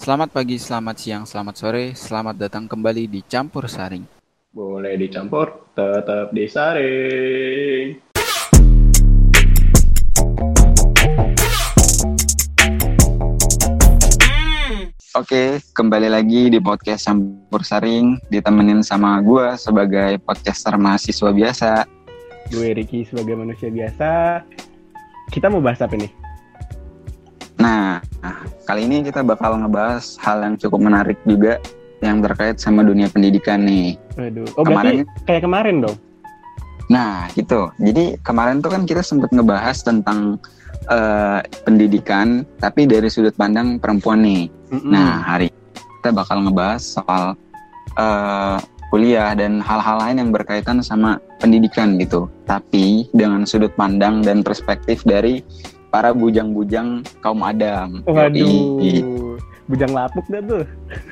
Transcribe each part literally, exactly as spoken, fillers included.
Selamat pagi, selamat siang, selamat sore, selamat datang kembali di Campur Saring. Boleh dicampur, tetap disaring. Oke, kembali lagi di podcast Campur Saring, ditemenin sama gue sebagai podcaster mahasiswa biasa. Gue Ricky sebagai manusia biasa. Kita mau bahas apa nih? Nah, kali ini kita bakal ngebahas hal yang cukup menarik juga yang terkait sama dunia pendidikan nih. Waduh, oh berarti kemarin, kayak kemarin dong? Nah, gitu. Jadi kemarin tuh kan kita sempat ngebahas tentang uh, pendidikan, tapi dari sudut pandang perempuan nih. Mm-hmm. Nah, hari ini kita bakal ngebahas soal uh, kuliah dan hal-hal lain yang berkaitan sama pendidikan gitu. Tapi dengan sudut pandang dan perspektif dari para bujang-bujang kaum Adam. Waduh, Yoi. Bujang lapuk dah tuh.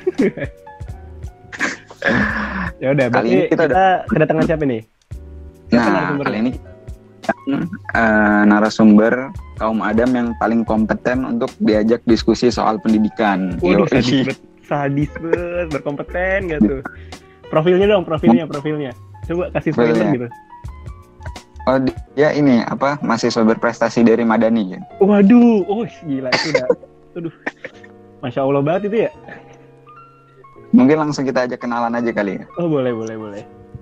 Ya udah, berarti kita, kita kedatangan siapa nih? Siapa nah, kali ini uh, narasumber kaum Adam yang paling kompeten untuk diajak diskusi soal pendidikan. Waduh, sadis banget, sadis banget, berkompeten gak tuh? Profilnya dong, profilnya, profilnya. Coba kasih spoiler gitu. Oh, dia ini apa mahasiswa berprestasi dari Madani kan? Waduh, oh gila itu udah, aduh, masya Allah banget itu ya. Mungkin langsung kita ajak kenalan aja kali ya. Oh boleh boleh boleh.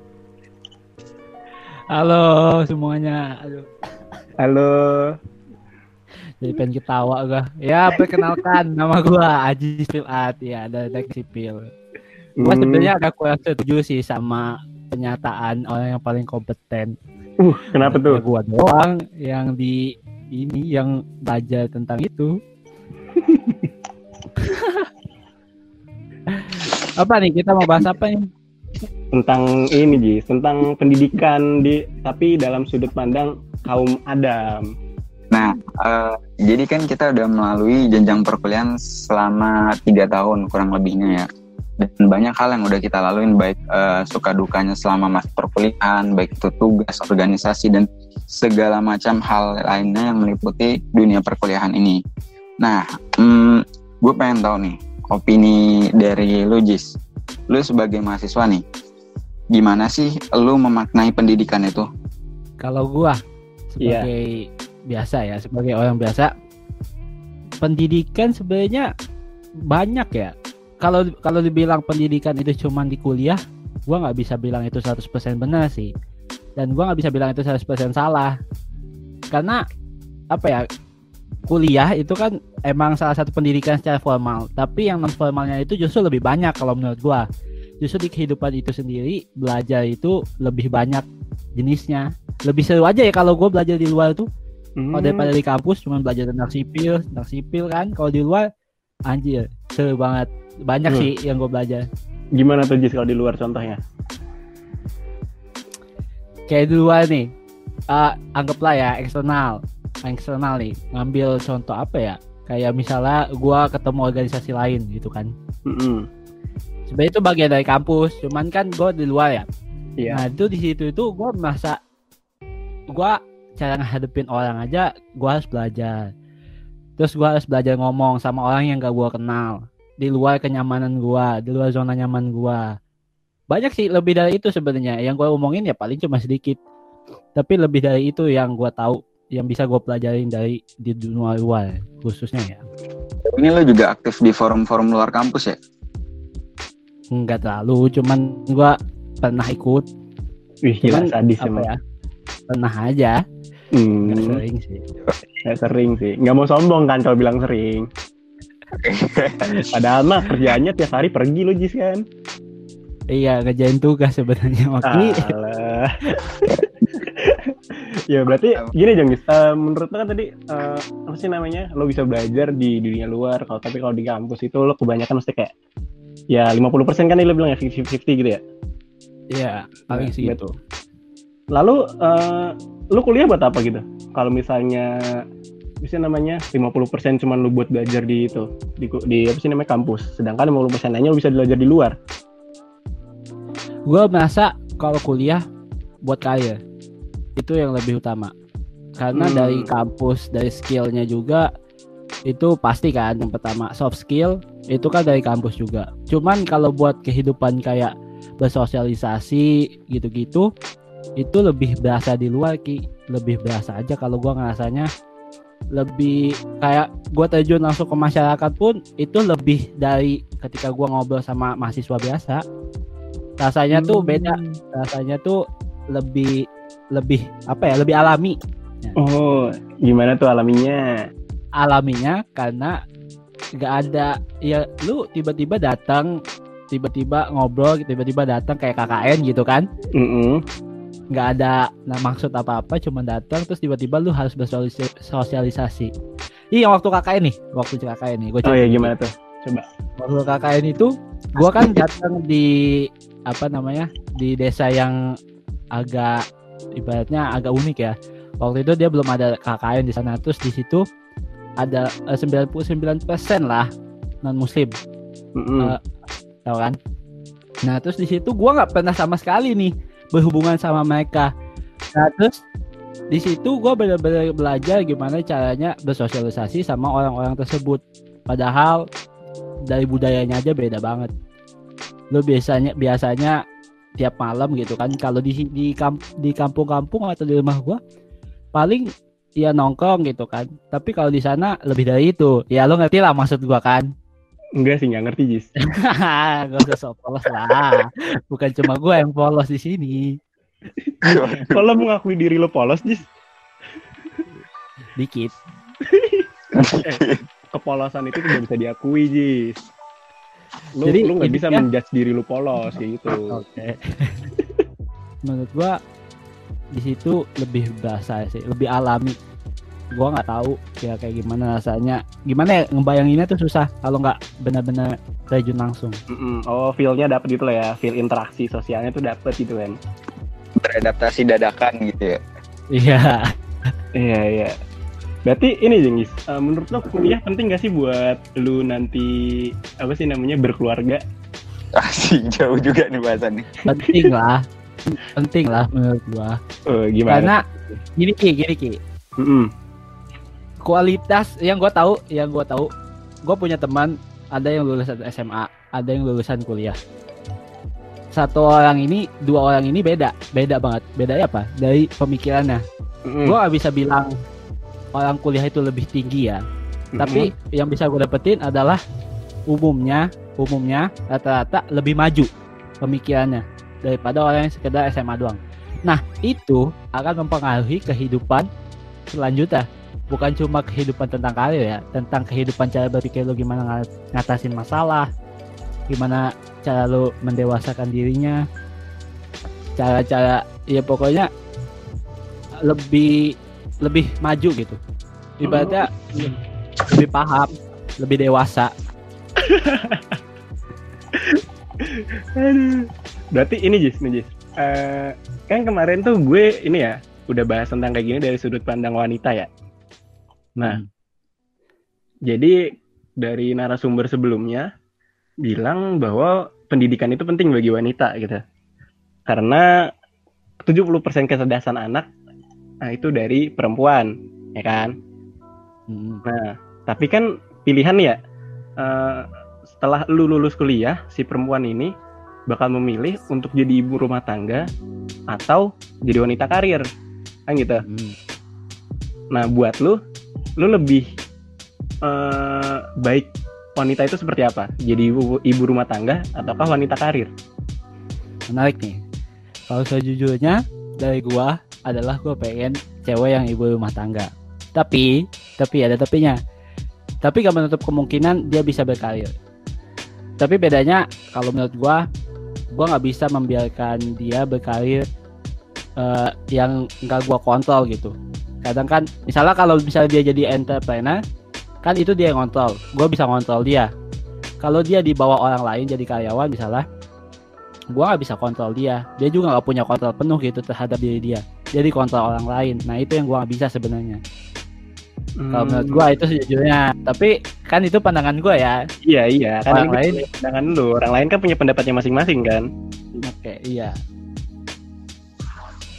Halo semuanya. Aduh. Halo. Jadi pengen ketawa gua. Ya perkenalkan nama gua Aji Filat ya dari teknik sipil. Gua hmm. sebenarnya agak kurang setuju sih sama pernyataan orang yang paling kompeten. Uh, kenapa tuh? Gua doang yang di ini yang belajar tentang itu. Apa nih, kita mau bahas apa nih? Tentang ini Ji, tentang pendidikan di tapi dalam sudut pandang kaum Adam. Nah, uh, jadi kan kita udah melalui jenjang perkuliahan selama tiga tahun kurang lebihnya ya. Dan banyak hal yang udah kita laluin, baik uh, suka dukanya selama masa perkuliahan, baik itu tugas, organisasi, dan segala macam hal lainnya yang meliputi dunia perkuliahan ini. Nah, hmm, gue pengen tahu nih, opini dari lu Jis. Lu sebagai mahasiswa nih, gimana sih lu memaknai pendidikan itu? Kalau gue sebagai yeah. biasa ya, sebagai orang biasa, pendidikan sebenarnya banyak ya. Kalau kalau dibilang pendidikan itu cuma di kuliah, gua nggak bisa bilang itu seratus persen benar sih. Dan gua nggak bisa bilang itu seratus persen salah. Karena apa ya? Kuliah itu kan emang salah satu pendidikan secara formal, tapi yang non formalnya itu justru lebih banyak kalau menurut gua. Justru di kehidupan itu sendiri belajar itu lebih banyak jenisnya. Lebih seru aja ya kalau gua belajar di luar tuh. Hmm. Kalau daripada di kampus cuma belajar tentang sipil, tentang sipil kan. Kalau di luar anjir, seru banget. Banyak hmm. sih yang gue belajar. Gimana tuh Jis kalau di luar contohnya? Kayak di luar nih, uh, anggaplah ya eksternal, eksternal nih. Ngambil contoh apa ya? Kayak misalnya gue ketemu organisasi lain gitu kan. Mm-hmm. Sebenarnya itu bagian dari kampus, cuman kan gue di luar ya. Yeah. Nah itu di situ itu gue merasa gue cara ngadepin orang aja gue harus belajar. Terus gue harus belajar ngomong sama orang yang gak gue kenal. Di luar kenyamanan gua, di luar zona nyaman gua. Banyak sih lebih dari itu sebenarnya. Yang gua omongin ya paling cuma sedikit. Tapi lebih dari itu yang gua tahu, yang bisa gua pelajarin dari di dunia luar khususnya ya. Ini lo juga aktif di forum-forum luar kampus ya? Enggak terlalu, cuman gua pernah ikut. Wih, gila sadis emang. Ya? Pernah aja. Hmm. Enggak sering sih. Enggak sering sih. Enggak mau sombong kan kalau bilang sering. Padahal mah kerjaannya tiap hari pergi lo Jis kan. Iya, ngerjain tugas sebenarnya waktu. Ya berarti gini Jong Jis, uh, menurut lo kan tadi uh, apa sih namanya, lo bisa belajar di dunia luar, kalau tapi kalau di kampus itu lo kebanyakan mesti kayak ya lima puluh persen kan lo bilang ya lima puluh lima puluh gitu ya. Iya, paling nah, sih itu. Lalu uh, lo kuliah buat apa gitu? Kalau misalnya bisa namanya lima puluh persen cuma lu buat belajar di itu di, di apa sih namanya kampus, sedangkan lima puluh persen lainnya lu bisa belajar di luar. Gue merasa kalau kuliah buat karir itu yang lebih utama, karena hmm. dari kampus, dari skillnya juga itu pasti kan yang pertama. Soft skill itu kan dari kampus juga. Cuman kalau buat kehidupan kayak bersosialisasi gitu-gitu, itu lebih berasa di luar Ki. Lebih berasa aja kalau gue ngerasanya. Lebih kayak gue terjun langsung ke masyarakat pun itu lebih dari ketika gue ngobrol sama mahasiswa biasa. Rasanya tuh beda. Rasanya tuh lebih lebih apa ya, lebih alami. Oh, gimana tuh alaminya? Alaminya karena nggak ada ya, lu tiba-tiba datang, tiba-tiba ngobrol, tiba-tiba datang kayak K K N gitu kan? Mm-mm. Nggak ada nah, maksud apa-apa, cuma datang terus tiba-tiba lu harus bersosialisasi. Iya, waktu K K N nih, waktu K K N nih. Gua oh ya gimana tuh? Coba. Waktu K K N itu, gua kan datang di apa namanya di desa yang agak ibaratnya agak unik ya. Waktu itu dia belum ada K K N di sana, terus di situ ada uh, sembilan puluh sembilan persen lah non muslim. Mm-hmm. Uh, tahu kan? Nah, terus di situ gua nggak pernah sama sekali nih berhubungan sama mereka. Nah, terus di situ gua benar-benar belajar gimana caranya bersosialisasi sama orang-orang tersebut. Padahal dari budayanya aja beda banget. Lo biasanya biasanya tiap malam gitu kan, kalau di di, kamp, di kampung-kampung atau di rumah gua paling ya nongkrong gitu kan. Tapi kalau di sana lebih dari itu. Ya lo ngerti lah maksud gua kan? Enggak sih, nggak ngerti Jis. Gak usah sok polos lah. Bukan cuma gua yang polos di sini. Kalau mengakui diri lo polos Jis? Dikit. eh, kepolosan itu tidak bisa diakui Jis. Lu Jadi, lu nggak bisa ya? menjudge diri lu polos kayak gitu. Oke. Okay. Menurut gua di situ lebih berasa sih, lebih alami. Gua nggak tahu ya kayak gimana rasanya. Gimana ya ngebayanginnya tuh susah kalau nggak benar-benar terjun langsung. Mm-mm. Oh, feel-nya dapet gitu lah ya, feel interaksi sosialnya tuh dapet gitu kan. Beradaptasi dadakan gitu ya. Iya. Iya iya. Berarti ini Jengis, uh, menurut lo kuliah penting gak sih buat lu nanti apa sih namanya berkeluarga? Asik, jauh juga nih bahasannya. Penting lah. Penting lah menurut gua. Oh, gimana? Karena gini Ki, gini Ki. Mm-mm. Kualitas yang gua tahu, yang gua tahu, gua punya teman ada yang lulusan S M A, ada yang lulusan kuliah. Satu orang ini, dua orang ini beda, beda banget. Bedanya apa? Dari pemikirannya. Mm-mm. Gua gak bisa bilang orang kuliah itu lebih tinggi ya. Mm-hmm. Tapi yang bisa gue dapetin adalah umumnya, umumnya rata-rata lebih maju pemikirannya daripada orang yang sekedar S M A doang. Nah, itu akan mempengaruhi kehidupan selanjutnya. Bukan cuma kehidupan tentang karir ya, tentang kehidupan cara berpikir lo, gimana ng- ngatasin masalah, gimana cara lo mendewasakan dirinya, cara-cara ya pokoknya lebih lebih maju gitu. Ibaratnya oh. lebih paham, lebih dewasa. Berarti ini Jis, nih Jis. Uh, kan kemarin tuh gue ini ya udah bahas tentang kayak gini dari sudut pandang wanita ya. Nah, hmm. jadi dari narasumber sebelumnya bilang bahwa pendidikan itu penting bagi wanita gitu. Karena tujuh puluh persen kecerdasan anak nah itu dari perempuan, ya kan? Hmm. Nah, tapi kan pilihan ya, uh, setelah lu lulus kuliah, si perempuan ini bakal memilih untuk jadi ibu rumah tangga atau jadi wanita karir, kan gitu. Hmm. Nah, buat lu, lu lebih uh, baik wanita itu seperti apa? Jadi ibu, ibu rumah tangga ataukah wanita karir? Menarik nih. Kalau sejujurnya dari gua adalah gue pengen cewek yang ibu rumah tangga. Tapi, tapi ada tapinya. Tapi gak menutup kemungkinan dia bisa berkarir. Tapi bedanya kalau menurut gue, gue gak bisa membiarkan dia berkarir uh, yang gak gue kontrol gitu. Kadang kan, misalnya kalau misalnya dia jadi entrepreneur, kan itu dia yang kontrol. Gue bisa kontrol dia. Kalau dia di bawah orang lain jadi karyawan misalnya, gue gak bisa kontrol dia. Dia juga gak punya kontrol penuh gitu terhadap diri dia. Jadi kontrol orang lain. Nah itu yang gue gak bisa sebenarnya. Hmm. Kalau menurut gue itu sejujurnya. Tapi kan itu pandangan gue ya. Iya iya. Kan orang lain pandangan lu. Orang lain kan punya pendapatnya masing-masing kan. Oke iya.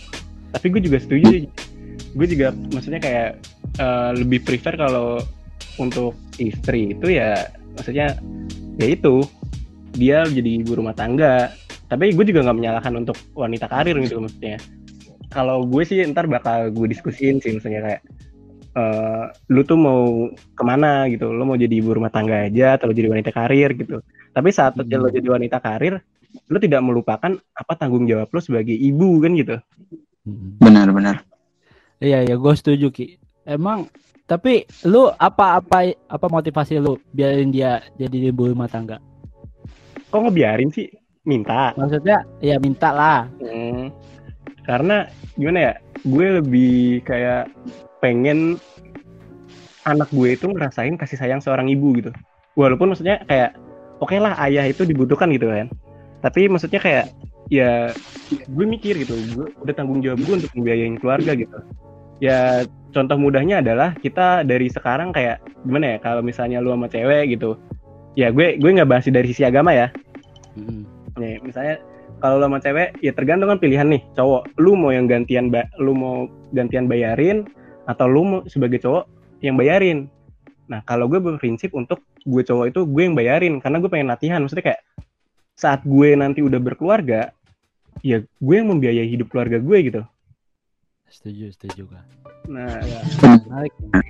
Tapi gue juga setuju. Gue juga maksudnya kayak uh, lebih prefer kalau untuk istri itu ya maksudnya ya itu dia jadi ibu rumah tangga. Tapi gue juga nggak menyalahkan untuk wanita karir gitu maksudnya. Kalau gue sih ntar bakal gue diskusin sih misalnya kayak uh, lu tuh mau kemana gitu, lu mau jadi ibu rumah tangga aja atau lu jadi wanita karir gitu. Tapi saat hmm. lu jadi wanita karir, lu tidak melupakan apa tanggung jawab lu sebagai ibu kan gitu. Benar-benar. Iya ya, gue setuju Ki. Emang tapi lu apa apa apa motivasi lu biarin dia jadi ibu rumah tangga? Kok ngebiarin sih? Minta. Maksudnya ya minta lah. Hmm. Karena gimana ya? Gue lebih kayak pengen anak gue itu ngerasain kasih sayang seorang ibu gitu. Walaupun maksudnya kayak oke okay lah ayah itu dibutuhkan gitu kan. Tapi maksudnya kayak ya gue mikir gitu, gue udah tanggung jawab gue untuk membiayain keluarga gitu. Ya contoh mudahnya adalah kita dari sekarang kayak gimana ya, kalau misalnya lu sama cewek gitu, ya gue gue nggak bahas dari sisi agama ya. Mm-hmm. Nih misalnya kalau lu sama cewek ya tergantung kan pilihan nih cowok, lu mau yang gantian ba- lu mau gantian bayarin atau lu mau sebagai cowok yang bayarin. Nah kalau gue berprinsip untuk gue cowok itu gue yang bayarin karena gue pengen latihan, maksudnya kayak saat gue nanti udah berkeluarga, ya gue yang membiayai hidup keluarga gue gitu. Setuju, setuju kan. Nah, ya. Menarik.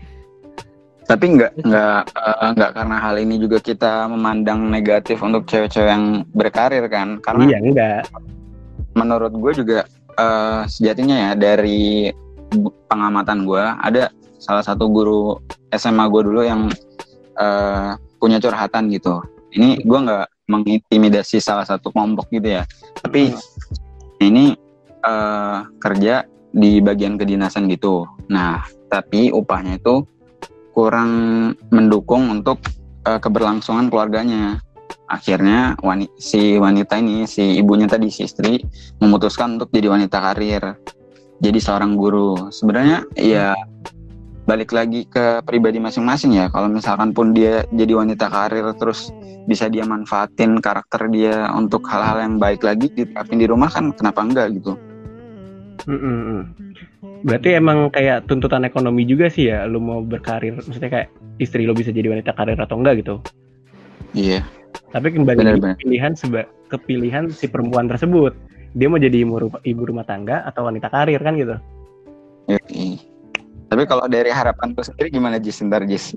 Tapi nggak nggak uh, nggak karena hal ini juga kita memandang negatif untuk cewek-cewek yang berkarir kan? Karena iya enggak. Menurut gue juga uh, sejatinya ya dari pengamatan gue ada salah satu guru S M A gue dulu yang uh, punya curhatan gitu. Ini gue nggak mengintimidasi salah satu kelompok gitu ya, tapi hmm. ini uh, kerja di bagian kedinasan gitu. Nah, tapi upahnya itu kurang mendukung untuk uh, keberlangsungan keluarganya. Akhirnya wanita, si wanita ini, si ibunya tadi, si istri memutuskan untuk jadi wanita karir, jadi seorang guru. Sebenarnya ya balik lagi ke pribadi masing-masing ya. Kalau misalkan pun dia jadi wanita karir terus bisa dia manfaatin karakter dia untuk hal-hal yang baik lagi diterapin di rumah kan kenapa enggak gitu. Mm-mm. Berarti emang kayak tuntutan ekonomi juga sih ya, lu mau berkarir, maksudnya kayak istri lu bisa jadi wanita karir atau enggak gitu. Iya. Tapi kembali ke pilihan seba- kepilihan si perempuan tersebut, dia mau jadi ibu, ibu rumah tangga atau wanita karir kan gitu. Oke. Tapi kalau dari harapan lu sendiri gimana Jis? Ntar Jis.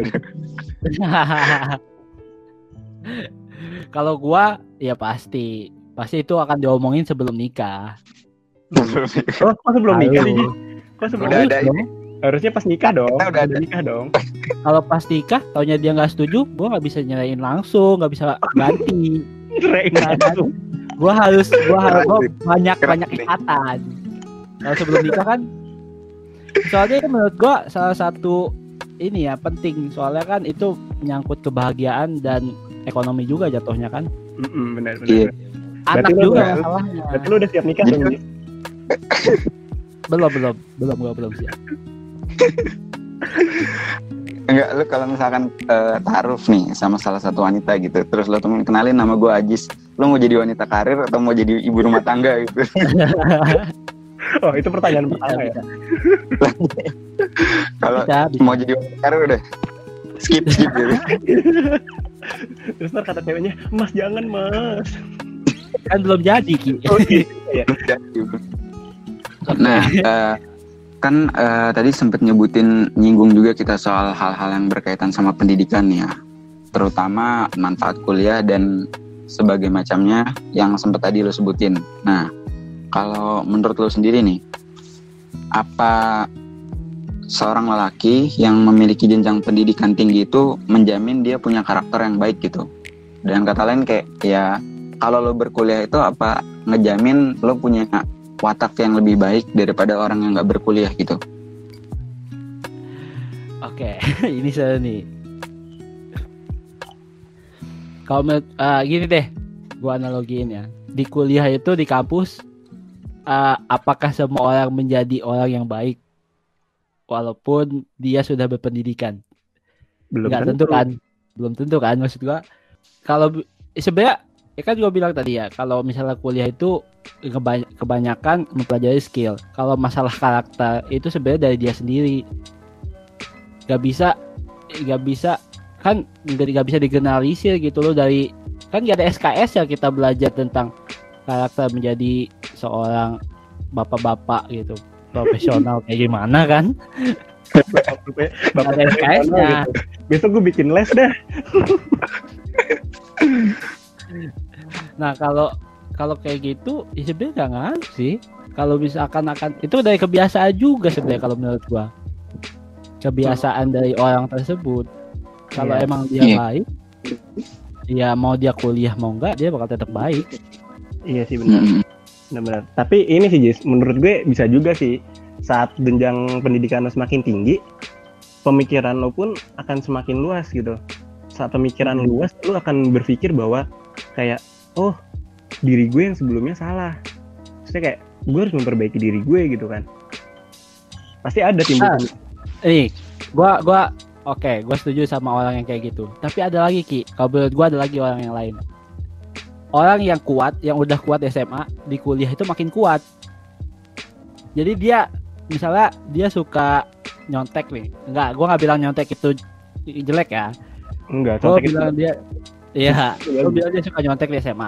Kalau gua ya pasti pasti itu akan diomongin sebelum nikah. Oh, kok sebelum nikah sih? Kok sebelum udah ada ini? Harusnya pas nikah dong. Kita udah ada nikah dong. Kalau pas nikah, taunya dia nggak setuju, gua nggak bisa nyerahin langsung, nggak bisa ganti. Nyerahin langsung. Gua harus, gua harus gua banyak banyak ikatan. Kalau sebelum nikah kan, soalnya itu menurut gua salah satu ini ya penting, soalnya kan itu menyangkut kebahagiaan dan ekonomi juga jatuhnya kan. Mm-mm, benar benar. Iya. Anak berarti juga udah, masalahnya. Berarti lu udah siap nikah Jadi, dong? belum belum belum gua belum siap. Enggak, lu kalau misalkan uh, taruh nih sama salah satu wanita gitu, terus lu temen kenalin nama gue Ajis, lu mau jadi wanita karir atau mau jadi ibu rumah tangga gitu? Oh itu pertanyaan pertama ya. Kalau mau jadi wanita karir udah skip skip gitu. Terus ntar kata ceweknya, Mas jangan Mas. Kan belum jadi Ki. Oh, iya. Nah, uh, kan uh, tadi sempat nyebutin nyinggung juga kita soal hal-hal yang berkaitan sama pendidikan ya, terutama manfaat kuliah dan sebagai macamnya yang sempat tadi lo sebutin. Nah, kalau menurut lo sendiri nih, apa seorang lelaki yang memiliki jenjang pendidikan tinggi itu menjamin dia punya karakter yang baik gitu? Dan kata lain kayak ya kalau lo berkuliah itu apa ngejamin lo punya watak yang lebih baik daripada orang yang nggak berkuliah gitu? Oke, ini saya nih. Kalau uh, gini deh, gua analogiin ya. Di kuliah itu di kampus, uh, apakah semua orang menjadi orang yang baik, walaupun dia sudah berpendidikan? Belum nggak tentu kan? Belum tentu kan? Maksud gua, kalau sebenarnya, ya kan gua bilang tadi ya, kalau misalnya kuliah itu kebanyakan mempelajari skill. Kalau masalah karakter itu sebenarnya dari dia sendiri. Gak bisa nggak bisa kan nggak nggak bisa digeneralisir gitu loh, dari kan nggak ada S K S ya kita belajar tentang karakter menjadi seorang bapak-bapak gitu profesional kayak gimana kan. Bapak ada S K S-nya gitu. Besok gue bikin les dah. Nah kalau kalau kayak gitu ya sebenarnya nggak ngaruh sih. Kalau misalkan akan itu dari kebiasaan juga sebenarnya kalau menurut gua, kebiasaan dari orang tersebut. Kalau Yeah. emang dia Yeah. baik, ya mau dia kuliah mau enggak dia bakal tetap baik. Iya sih benar. Mm-mm. Benar-benar. Tapi ini sih Jis, menurut gue bisa juga sih saat jenjang pendidikan lo semakin tinggi, pemikiran lo pun akan semakin luas gitu. Saat pemikiran lo luas, lo akan berpikir bahwa kayak, oh diri gue yang sebelumnya salah. Maksudnya kayak gue harus memperbaiki diri gue gitu kan. Pasti ada timbul. Nih, gua gua oke, gua setuju sama orang yang kayak gitu. Tapi ada lagi Ki, kalau menurut gua ada lagi orang yang lain. Orang yang kuat, yang udah kuat S M A di kuliah itu makin kuat. Jadi dia misalnya dia suka nyontek nih. Enggak, gua nggak bilang nyontek itu jelek ya. Enggak, Gua contek itu. bilang dia iya, gua bilang dia suka nyontek di S M A.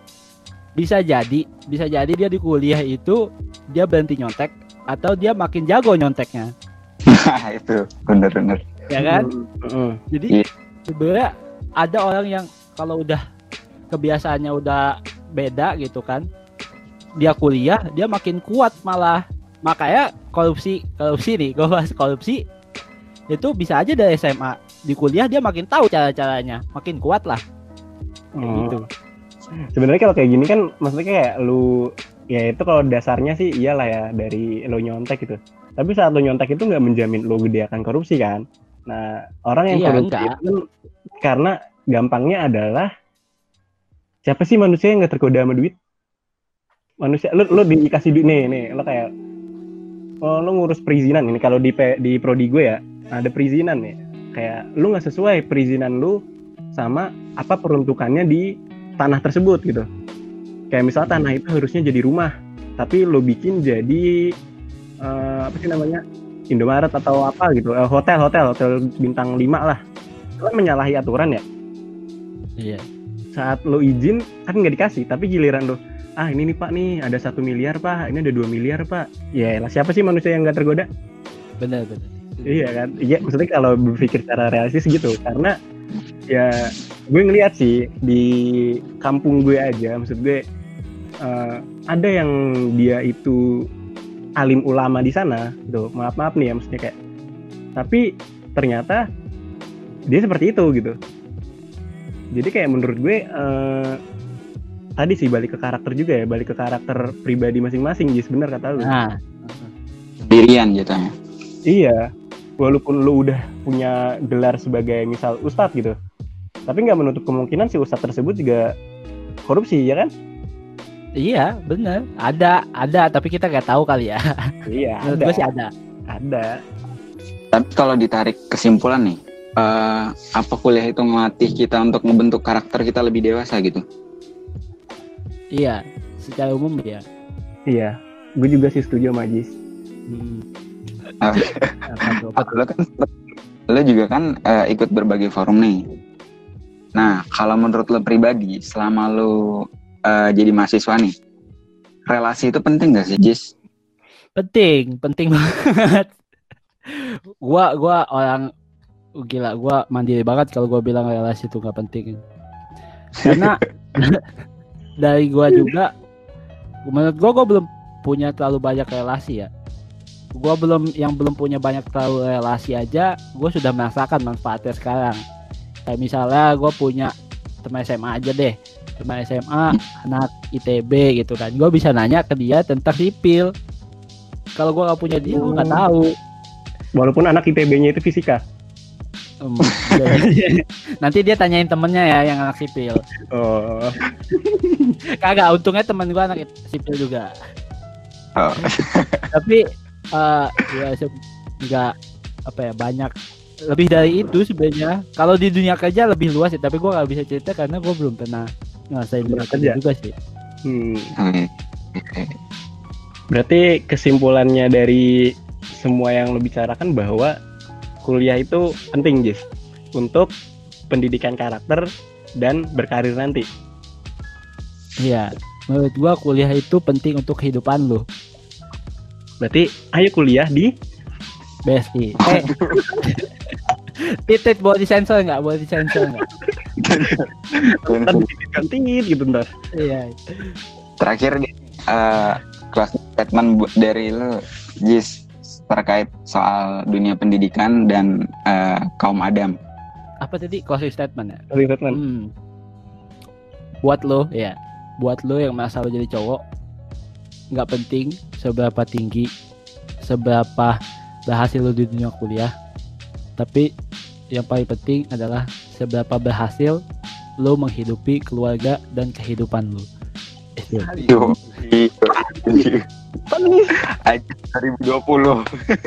Bisa jadi, bisa jadi dia di kuliah itu dia berhenti nyontek atau dia makin jago nyonteknya. Nah, itu bener-bener. Ya kan? Mm-mm. Jadi Iya. sebenarnya ada orang yang kalau udah kebiasaannya udah beda gitu kan, dia kuliah dia makin kuat malah. Makanya korupsi korupsi nih, gue bahas korupsi itu bisa aja dari S M A di kuliah dia makin tahu cara-caranya, makin kuat lah. Kayak Oh. gitu. Sebenarnya kalau kayak gini kan maksudnya kayak lu ya itu kalau dasarnya sih iyalah ya dari lo nyontek gitu. Tapi saat lo nyontek itu nggak menjamin lo gede akan korupsi kan. Nah orang yang Iya, korupsi enggak. itu kan karena gampangnya adalah siapa sih manusia yang nggak tergoda sama duit? Manusia lo lo dikasih duit nih nih lo kayak oh, lo ngurus perizinan ini kalau di P- di prodi gue ya ada perizinan nih kayak lu nggak sesuai perizinan lu sama apa peruntukannya di tanah tersebut gitu. Kayak misalnya tanah itu harusnya jadi rumah, tapi lo bikin jadi uh, apa sih namanya Indomaret atau apa gitu, uh, hotel hotel hotel bintang lima lah. Itu kan menyalahi aturan ya. Iya. Saat lo izin kan nggak dikasih, tapi giliran lo, ah ini nih pak nih ada satu miliar pak, ini ada dua miliar pak. Ya lah siapa sih manusia yang nggak tergoda? Benar benar. Iya kan, iya maksudnya kalau berpikir secara realistis gitu, karena ya gue ngeliat sih di kampung gue aja, maksud gue uh, ada yang dia itu alim ulama di sana, gitu. Maaf maaf nih ya, maksudnya kayak, tapi ternyata dia seperti itu gitu. Jadi kayak menurut gue uh, tadi sih balik ke karakter juga ya, balik ke karakter pribadi masing-masing, Jis, bener kata lu. Nah, Sendirian jatuhnya. Iya, walaupun lu udah punya gelar sebagai misal ustadz gitu, tapi nggak menutup kemungkinan si ustadz tersebut juga korupsi, ya kan? iya benar. Ada ada tapi kita nggak tahu kali ya. Iya, Menurut ada, gue sih ada. ada. Tapi kalau ditarik kesimpulan nih, eh, apa kuliah itu melatih kita untuk membentuk karakter kita lebih dewasa gitu? Iya, secara umum ya. Iya, gue juga sih setuju sama Jis. Hmm. Ah. Apa tuh, apa tuh? Lo kan, lo juga kan eh, ikut berbagai forum nih. Nah, kalau menurut lo pribadi, selama lo eh, jadi mahasiswa nih, relasi itu penting gak sih, Jis? Penting, penting banget. gua gua orang gila, gua mandiri banget kalau gua bilang relasi itu gak penting. Karena dari gua juga, menurut gua gua belum punya terlalu banyak relasi ya. Gua belum yang belum punya banyak terlalu relasi aja, gua sudah merasakan manfaatnya sekarang. Kayak misalnya gua punya teman S M A aja deh, teman S M A anak I T B gitu kan, gua bisa nanya ke dia tentang sipil. Kalau gua nggak punya dia, gua nggak tahu. Walaupun anak I T B-nya itu fisika. Hmm, nanti dia tanyain temennya ya yang anak sipil. Oh, Kagak, untungnya teman gua anak sipil juga. Oh. Tapi uh, ya se- nggak apa ya banyak lebih dari itu sebenarnya. Kalau di dunia kerja lebih luas ya, tapi gua nggak bisa cerita karena gua belum pernah ngerasain dunia kerja Kerja. juga sih. hmm. Oke. Berarti kesimpulannya dari semua yang lo bicarakan bahwa kuliah itu penting, Jis. untuk pendidikan karakter dan berkarir nanti. Iya, menurut gua kuliah itu penting untuk kehidupan lu. Berarti ayo kuliah di B S I. Eh. Titit boleh disensor nggak? Boleh disensor nggak? kan tinggi gitu ntar. Iya. Terakhir uh, closing statement bu- dari lu, Jis, terkait soal dunia pendidikan dan uh, kaum Adam. Apa tadi closing statement ya? Closing statement. Hmm. Buat lo ya, buat lo yang merasa lo jadi cowok, nggak penting seberapa tinggi, seberapa berhasil lo di dunia kuliah, tapi yang paling penting adalah seberapa berhasil lo menghidupi keluarga dan kehidupan lo. Yo, aja dua ribu dua puluh.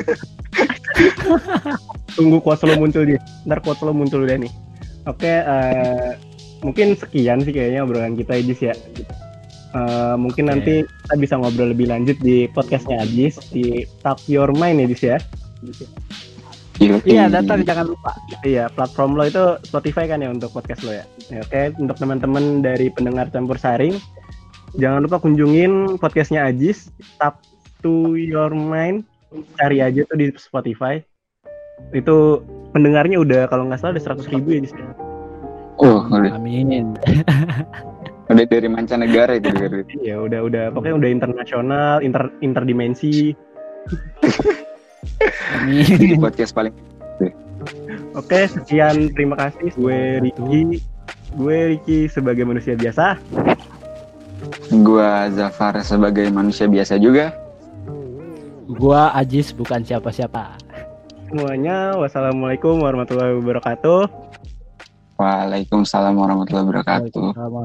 Tunggu quotes lo muncul dia. Ntar quotes lo muncul udah nih. Oke, uh, mungkin sekian sih kayaknya obrolan kita Ajis ya. Uh, mungkin okay. Nanti kita bisa ngobrol lebih lanjut di podcastnya Ajis di Talk Your Mind ya Ajis ya. Iya, datang jangan lupa. Iya, platform lo itu Spotify kan ya untuk podcast lo ya. Ya oke, untuk teman-teman dari pendengar Campur Saring, jangan lupa kunjungin podcastnya Ajis, Talk to Your Mind, cari aja tuh di Spotify. Itu pendengarnya udah kalau nggak salah udah seratus ribu ya Ajis. Oh, udah. Amin. Udah dari mancanegara itu. Iya, udah udah pokoknya udah internasional, inter interdimensi. Amin. Di podcast paling. Oke, sekian, terima kasih. Gue Ricky, gue Ricky sebagai manusia biasa. Gua Zafar sebagai manusia biasa juga. Gua Ajis bukan siapa-siapa. Semuanya, wassalamualaikum warahmatullahi wabarakatuh. Waalaikumsalam warahmatullahi wabarakatuh.